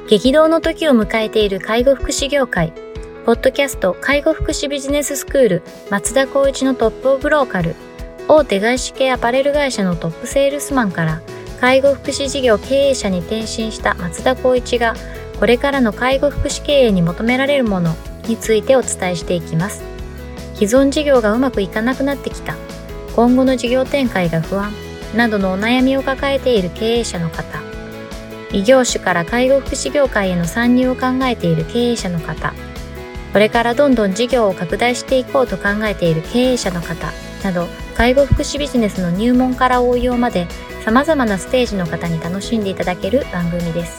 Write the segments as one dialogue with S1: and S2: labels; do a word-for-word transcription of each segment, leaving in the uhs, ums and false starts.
S1: 激動の時を迎えている介護福祉業界。ポッドキャスト介護福祉ビジネススクール松田光一のトップオブローカル。大手外資系アパレル会社のトップセールスマンから介護福祉事業経営者に転身した松田光一が、これからの介護福祉経営に求められるものについてお伝えしていきます。既存事業がうまくいかなくなってきた、今後の事業展開が不安などのお悩みを抱えている経営者の方、異業種から介護福祉業界への参入を考えている経営者の方、これからどんどん事業を拡大していこうと考えている経営者の方など、介護福祉ビジネスの入門から応用まで様々なステージの方に楽しんでいただける番組です。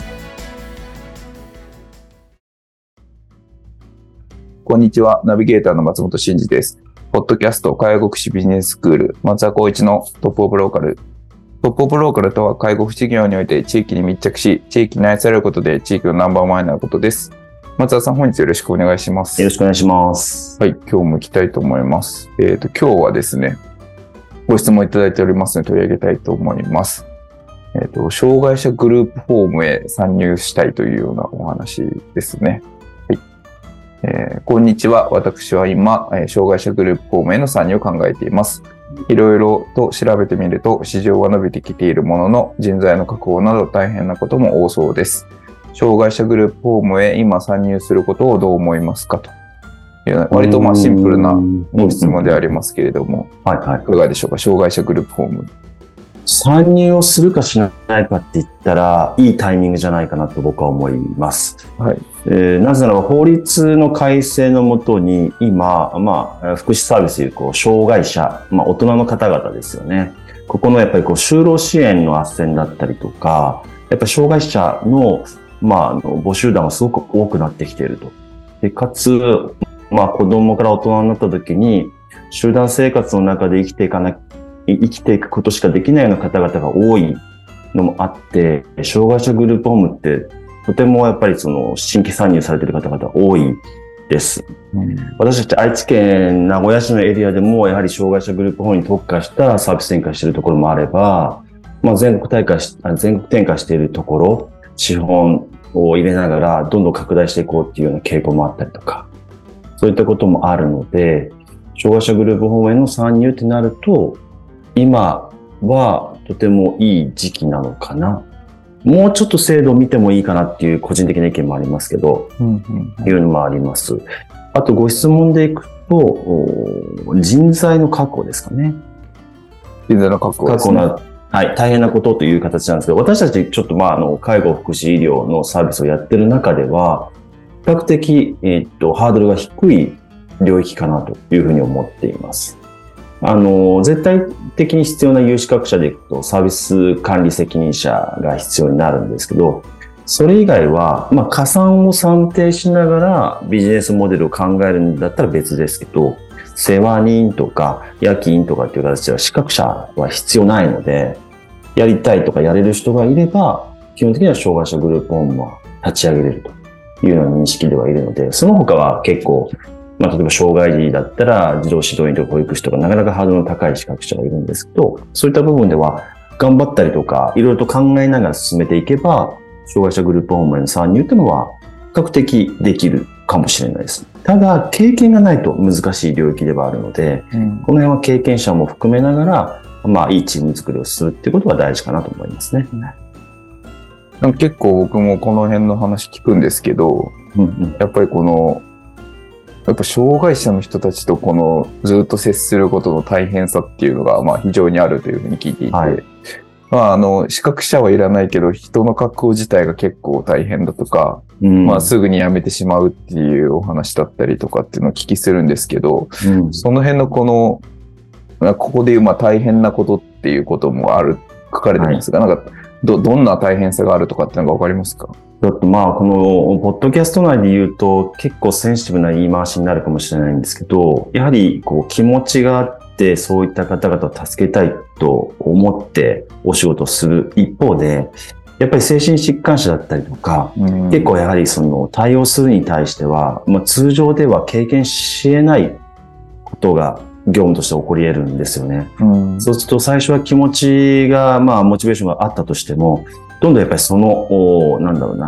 S2: こんにちは、ナビゲーターの松本真嗣です。ポッドキャスト介護福祉ビジネススクール松田光一のトップオブローカル。トップオブローカルとは、介護福祉業において地域に密着し、地域に愛されることで地域のナンバーワンになることです。松田さん、本日よろしくお願いします。
S3: よろしくお願いします。
S2: はい、今日も行きたいと思います。えっと、今日はですね、ご質問いただいておりますので取り上げたいと思います。えっと、障害者グループホームへ参入したいというようなお話ですね。はい。えー、こんにちは。私は今、えー、障害者グループホームへの参入を考えています。いろいろと調べてみると、市場は伸びてきているものの、人材の確保など大変なことも多そうです。障害者グループホームへ今参入することをどう思いますかという、割とまあシンプルなご質問でありますけれども、はいはい、いかがでしょうか。障害者グループホーム。
S3: 参入をするかしないかって言ったら、いいタイミングじゃないかなと僕は思います。はい。えー、なぜならば法律の改正のもとに今、まあ、福祉サービスでいうこう障害者、まあ大人の方々ですよね。ここのやっぱりこう就労支援の斡旋だったりとか、やっぱり障害者のまあ、あの募集団がすごく多くなってきていると。で、かつ、まあ子供から大人になった時に、集団生活の中で生きていかな、生きていくことしかできないような方々が多いのもあって、障害者グループホームってとてもやっぱりその新規参入されている方々多いです。うん、私たち愛知県名古屋市のエリアでもやはり障害者グループホームに特化したサービス展開しているところもあれば、まあ全国大会し、全国展開しているところ、資本を入れながらどんどん拡大していこうっていうような傾向もあったりとか、そういったこともあるので、障害者グループホームへの参入ってなると、今はとてもいい時期なのかな。もうちょっと制度を見てもいいかなっていう個人的な意見もありますけど、うんうんうん、いうのもあります。あとご質問でいくと、人材の確保ですかね。
S2: 人材の確保ですね。確保な
S3: はい、大変なことという形なんですけど、私たちちょっとまあ、あの、介護福祉医療のサービスをやってる中では、比較的、えー、っと、ハードルが低い領域かなというふうに思っています。あの、絶対的に必要な有資格者でいくと、サービス管理責任者が必要になるんですけど、それ以外は、まあ、加算を算定しながらビジネスモデルを考えるんだったら別ですけど、世話人とか夜勤とかっていう形では資格者は必要ないので、やりたいとかやれる人がいれば、基本的には障害者グループホームは立ち上げれるというような認識ではいるので、その他は結構、まあ、例えば障害児だったら児童指導員とか保育士とかなかなかハードルの高い資格者がいるんですけど、そういった部分では頑張ったりとか、いろいろと考えながら進めていけば、障害者グループホームへの参入っていうのは比較的できるかもしれないです。ただ、経験がないと難しい領域ではあるので、うん、この辺は経験者も含めながら、まあ、いいチーム作りをするっていうことが大事かなと思いますね。
S2: なんか結構僕もこの辺の話聞くんですけど、うんうん、やっぱりこの、やっぱ障害者の人たちとこのずっと接することの大変さっていうのが、まあ非常にあるというふうに聞いていて、はい、まああの、資格者はいらないけど、人の確保自体が結構大変だとか、うん、まあすぐに辞めてしまうっていうお話だったりとかっていうのをお聞きするんですけど、うん、その辺のこの、ここでいうまあ大変なことっていうこともある、書かれてますが、はい、なんかど、どんな大変さがあるとかっていうのがわかりますか？
S3: ちょっとまあ、この、ポッドキャスト内で言うと、結構センシティブな言い回しになるかもしれないんですけど、やはり、こう、気持ちがあって、そういった方々を助けたいと思ってお仕事をする一方で、やっぱり精神疾患者だったりとか、うん、結構やはりその対応するに対しては、まあ、通常では経験し得ないことが業務として起こり得るんですよね。うん、そうすると最初は気持ちが、まあ、モチベーションがあったとしても、どんどんやっぱりその、なんだろうな、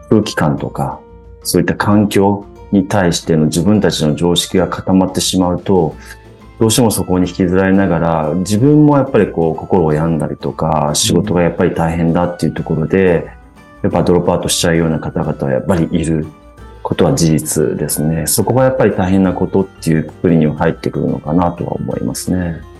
S3: 空気感とか、そういった環境に対しての自分たちの常識が固まってしまうと、どうしてもそこに引きずられながら、自分もやっぱりこう心を病んだりとか、仕事がやっぱり大変だっていうところで、やっぱドロップアウトしちゃうような方々はやっぱりいることは事実ですね。そこがやっぱり大変なことっていうくくりには入ってくるのかなとは思いますね。
S2: うん、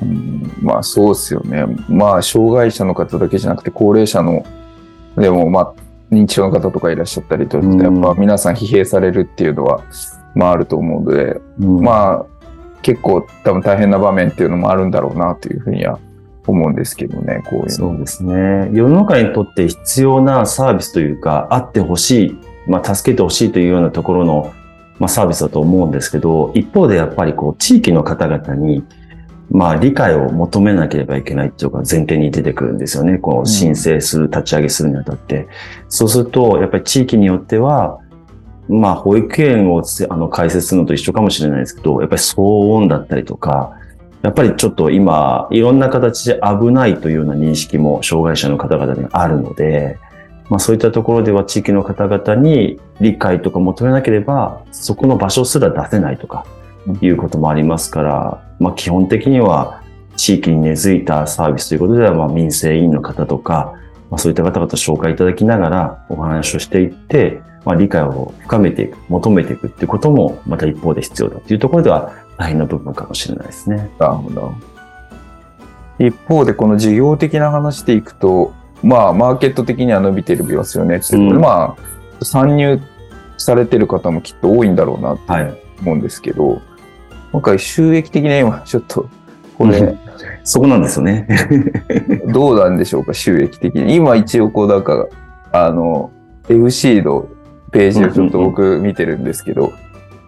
S2: まあそうですよね。まあ障害者の方だけじゃなくて高齢者の、でもまあ認知症の方とかいらっしゃったりと、やっぱ皆さん疲弊されるっていうのは、まああると思うので、うん、まあ結構多分大変な場面っていうのもあるんだろうなというふうには思うんですけどね、こういうの。
S3: そうですね。世の中にとって必要なサービスというか、あってほしい、まあ助けてほしいというようなところの、まあ、サービスだと思うんですけど、一方でやっぱりこう地域の方々に、まあ理解を求めなければいけないっていうのが前提に出てくるんですよね。こう申請する、立ち上げするにあたって。うん、そうすると、やっぱり地域によっては、まあ保育園をあの開設するのと一緒かもしれないですけど、やっぱり騒音だったりとか、やっぱりちょっと今、いろんな形で危ないというような認識も障害者の方々にあるので、まあそういったところでは地域の方々に理解とか求めなければ、そこの場所すら出せないとかいうこともありますから、まあ基本的には地域に根付いたサービスということでは、まあ民生委員の方とか、まあそういった方々紹介いただきながらお話をしていって、まあ理解を深めていく、求めていくっていうこともまた一方で必要だというところでは大変な部分かもしれないですね。
S2: なるほど。一方でこの事業的な話でいくと、まあ、マーケット的には伸びてるますよね。うん、まあ、参入されてる方もきっと多いんだろうなって思うんですけど、はい、今回収益的に今ちょっと、これ、うん、
S3: そこなんですよね。
S2: どうなんでしょうか、収益的に。今一応こう、なんか、あの、エフシー のページをちょっと僕見てるんですけど、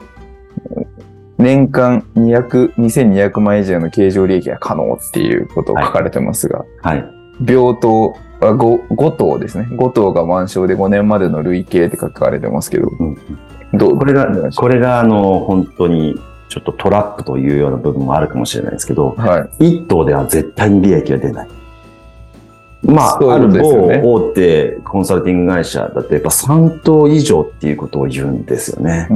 S2: 年間にひゃく、にせんにひゃくまん以上の経常利益が可能っていうことを書かれてますが、はいはい、病棟、5, 5棟ですね。ご棟が満床でごねんまでの累計って書かれてますけど。うん、
S3: どうこれが、これがあの、本当にちょっとトラップというような部分もあるかもしれないですけど、はい、いっ棟では絶対に利益が出ない。まあ、ううね、ある某大手コンサルティング会社だってやっぱさん棟以上っていうことを言うんですよね。うん、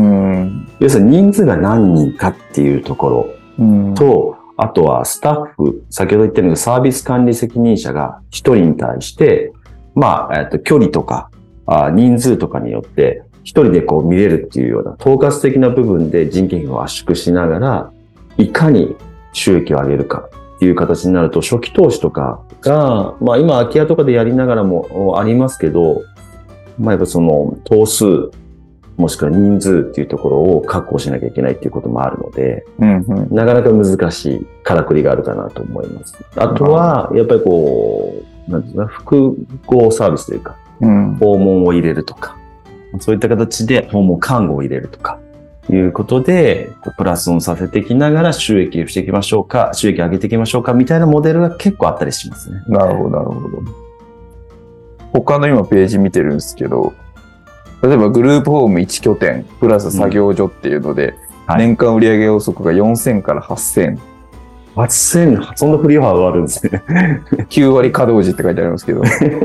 S3: 要するに人数が何人かっていうところと、うんあとはスタッフ、先ほど言ったようにサービス管理責任者が一人に対して、まあ、えっと、距離とか、あ人数とかによって一人でこう見れるっていうような統括的な部分で人件費を圧縮しながら、いかに収益を上げるかっていう形になると、初期投資とかが、まあ今空き家とかでやりながらもありますけど、まあやっぱその頭数、もしくは人数っていうところを確保しなきゃいけないっていうこともあるので、うんうん、なかなか難しいからくりがあるかなと思います。あとは、やっぱりこう、なんですか、複合サービスというか、うん、訪問を入れるとか、そういった形で訪問看護を入れるとか、いうことで、プラスオンさせていきながら収益をしていきましょうか、収益上げていきましょうか、みたいなモデルが結構あったりしますね。
S2: なるほど、なるほど。他の今ページ見てるんですけど、例えばグループホームいち拠点プラス作業所っていうので、うんはい、年間売上予測がよんせんからはっせん。
S3: はっせん、そんな振り幅があるんですね。
S2: きゅうわり稼働時って書いてありますけど。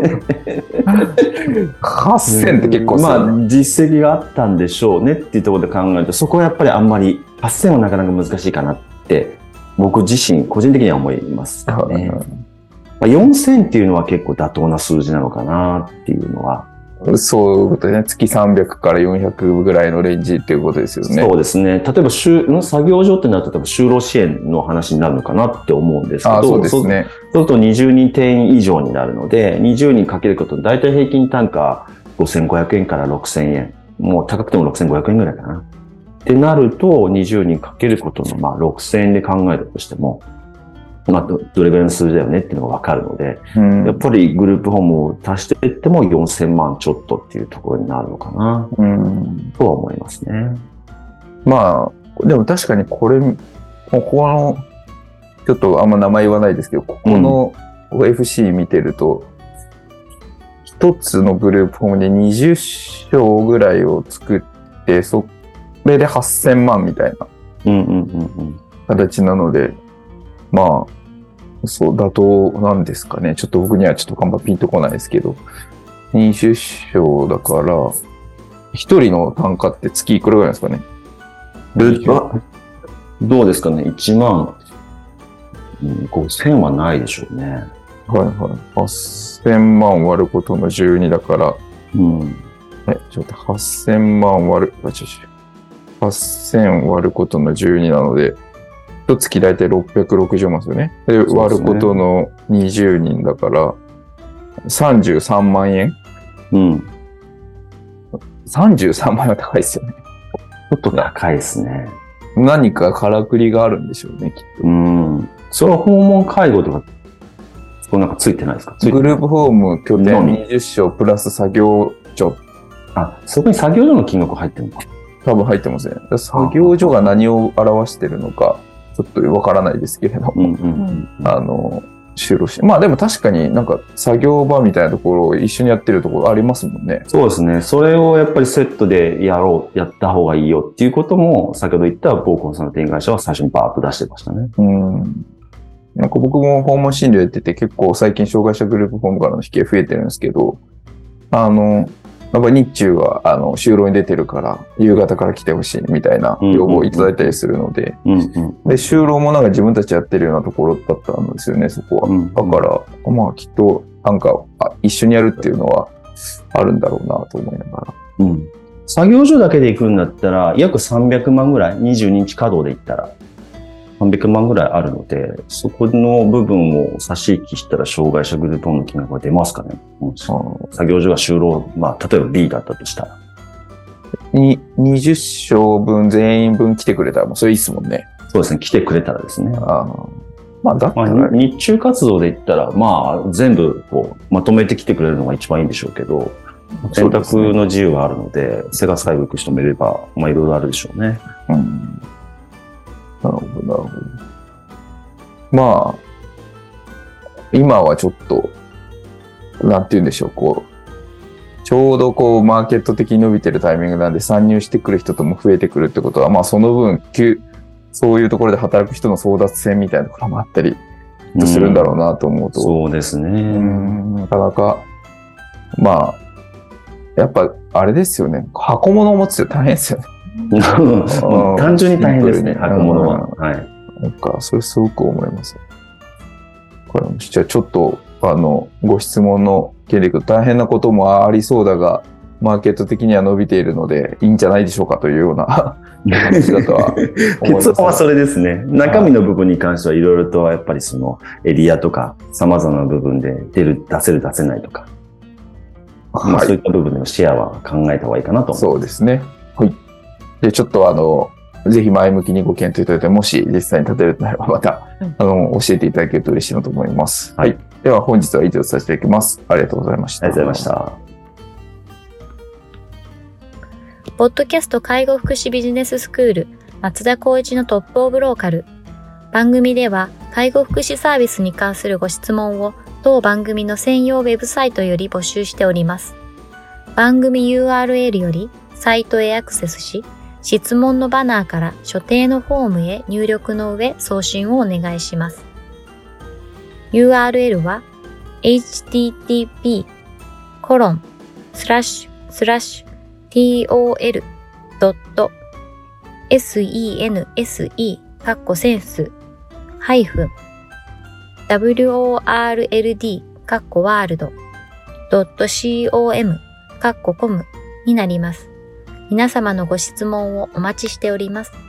S2: はっせんって結構、
S3: ね、まあ実績があったんでしょうねっていうところで考えると、そこはやっぱりあんまりはっせんはなかなか難しいかなって僕自身個人的には思いますね。まあ、よんせんっていうのは結構妥当な数字なのかなっていうのは。
S2: そういうことね。月さんびゃくからよんひゃくぐらいのレンジっていうことですよね。
S3: そうですね。例えば、就作業所ってなると、多分就労支援の話になるのかなって思うんですけど、
S2: あそうですね。
S3: そうするとにじゅうにん定員以上になるので、にじゅうにんかけること、だいたい平均単価ごせんごひゃくえんからろくせんえん。もう高くてもろくせんごひゃくえんぐらいかな。ってなると、にじゅうにんかけることの、まあ、ろくせんえんで考えたとしても、まあ、ど, どれぐらいの数字だよねっていうのがわかるので、うん、やっぱりグループホームを足していってもよんせんまんちょっとっていうところになるのかな、うん、とは思いますね。
S2: まあ、でも確かにこれ、ここの、ちょっとあんま名前言わないですけど、ここの エフシー 見てると、一、うん、つのグループホームでにじゅっしょうぐらいを作って、それではっせんまんみたいな形なので、まあ、そう、妥当なんですかね。ちょっと僕にはちょっとあんまピンとこないですけど、にじゅっしょうだから、 一人の単価って月いくらぐらいですかね。
S3: ルあどうですかね。いちまんごせんはないでしょうね。
S2: はいはい。はっせんまん割ることのじゅうにだから、
S3: うん。
S2: え、ちょっとはっせんまん割る、あ、ちょちょ、はっせん割ることのじゅうになので、一月だいたいろっぴゃくろくじゅうまんですよね。で、割ることのにじゅうにんだから、さんじゅうさんまんえん。
S3: うん。
S2: さんじゅうさんまんえんは高いですよね。
S3: ちょっと高いですね。
S2: 何かからくりがあるんでしょうね、きっと。
S3: うん。それは訪問介護とか、そこなんかついてないですか？ついてない。
S2: グループホーム拠点にじゅっしょうプラス作業所。
S3: あ、そこに作業所の金額入ってるのか。
S2: 多分入ってますね。作業所が何を表してるのか、ちょっとわからないですけれども。
S3: うんうんうん、
S2: あの、就労し。まあでも確かになんか作業場みたいなところを一緒にやってるところありますもんね。
S3: そうですね。それをやっぱりセットでやろう、やった方がいいよっていうことも、先ほど言った某コンサルティング会社は最初にバーッと出してましたね。
S2: うん。なんか僕も訪問診療やってて結構最近障害者グループホームからの引き増えてるんですけど、あの、やっぱ日中はあの就労に出てるから夕方から来てほしいみたいな要望をいただいたりするので、
S3: うんうん、
S2: で就労もなんか自分たちやってるようなところだったんですよね、そこは。
S3: うんうん、
S2: だからまあきっとなんかあ一緒にやるっていうのはあるんだろうなと思いながら。
S3: うん、作業所だけで行くんだったら約さんびゃくまんぐらい、にじゅうににち稼働で行ったらさんびゃくまんぐらいあるので、そこの部分を差し引きしたら障害者グループの金額が出ますかね。うん、作業所が就労、まあ例えば B だったとしたら。
S2: ににじゅっしょうぶん全員分来てくれたらもうそれいいっすもんね。
S3: そうですね、来てくれたらですね。
S2: あまあだったら、
S3: まあ、日中活動で言ったら、まあ全部こうまとめて来てくれるのが一番いいんでしょうけど、選択の自由があるので、背が最後行く人もいれば、まあいろいろあるでしょうね。
S2: うん。なるほど、なるほど。まあ、今はちょっと、なんて言うんでしょう、こう、ちょうどこう、マーケット的に伸びてるタイミングなんで、参入してくる人とも増えてくるってことは、まあその分、そういうところで働く人の争奪戦みたいなところもあったりするんだろうなと思うと。
S3: うん、そうですね。
S2: うん、なかなか、まあ、やっぱ、あれですよね。箱物を持つって大変ですよね。
S3: 単純に大変ですね、箱物は。はい。
S2: なんか、それすごく思います。これじゃあちょっと、あの、ご質問の件でいくと大変なこともありそうだが、マーケット的には伸びているので、いいんじゃないでしょうかというような話だとは思います。
S3: 結論はそれですね。中身の部分に関してはいろいろとやっぱりそのエリアとか様々な部分で出る、出せる、出せないとか。はい、まあそういった部分でのシェアは考えた方がいいかなと思います。
S2: そうですね。はい。で、ちょっとあの、ぜひ前向きにご検討いただいて、もし実際に立てるとなればまた、うん、あの、教えていただけると嬉しいなと思います。はい。はい、では本日は以上させていただきます。ありがとうございました。
S3: ありがとうございました。
S1: ポッドキャスト介護福祉ビジネススクール松田光一のトップオブローカル。番組では介護福祉サービスに関するご質問を当番組の専用ウェブサイトより募集しております。番組 ユーアールエル よりサイトへアクセスし、質問のバナーから所定のフォームへ入力の上送信をお願いします。ユーアールエル は エイチティーティーピーコロンスラッシュスラッシュ tol.sense かっこセンスハイフン world かっこワールド .com かっこコムになります。皆様のご質問をお待ちしております。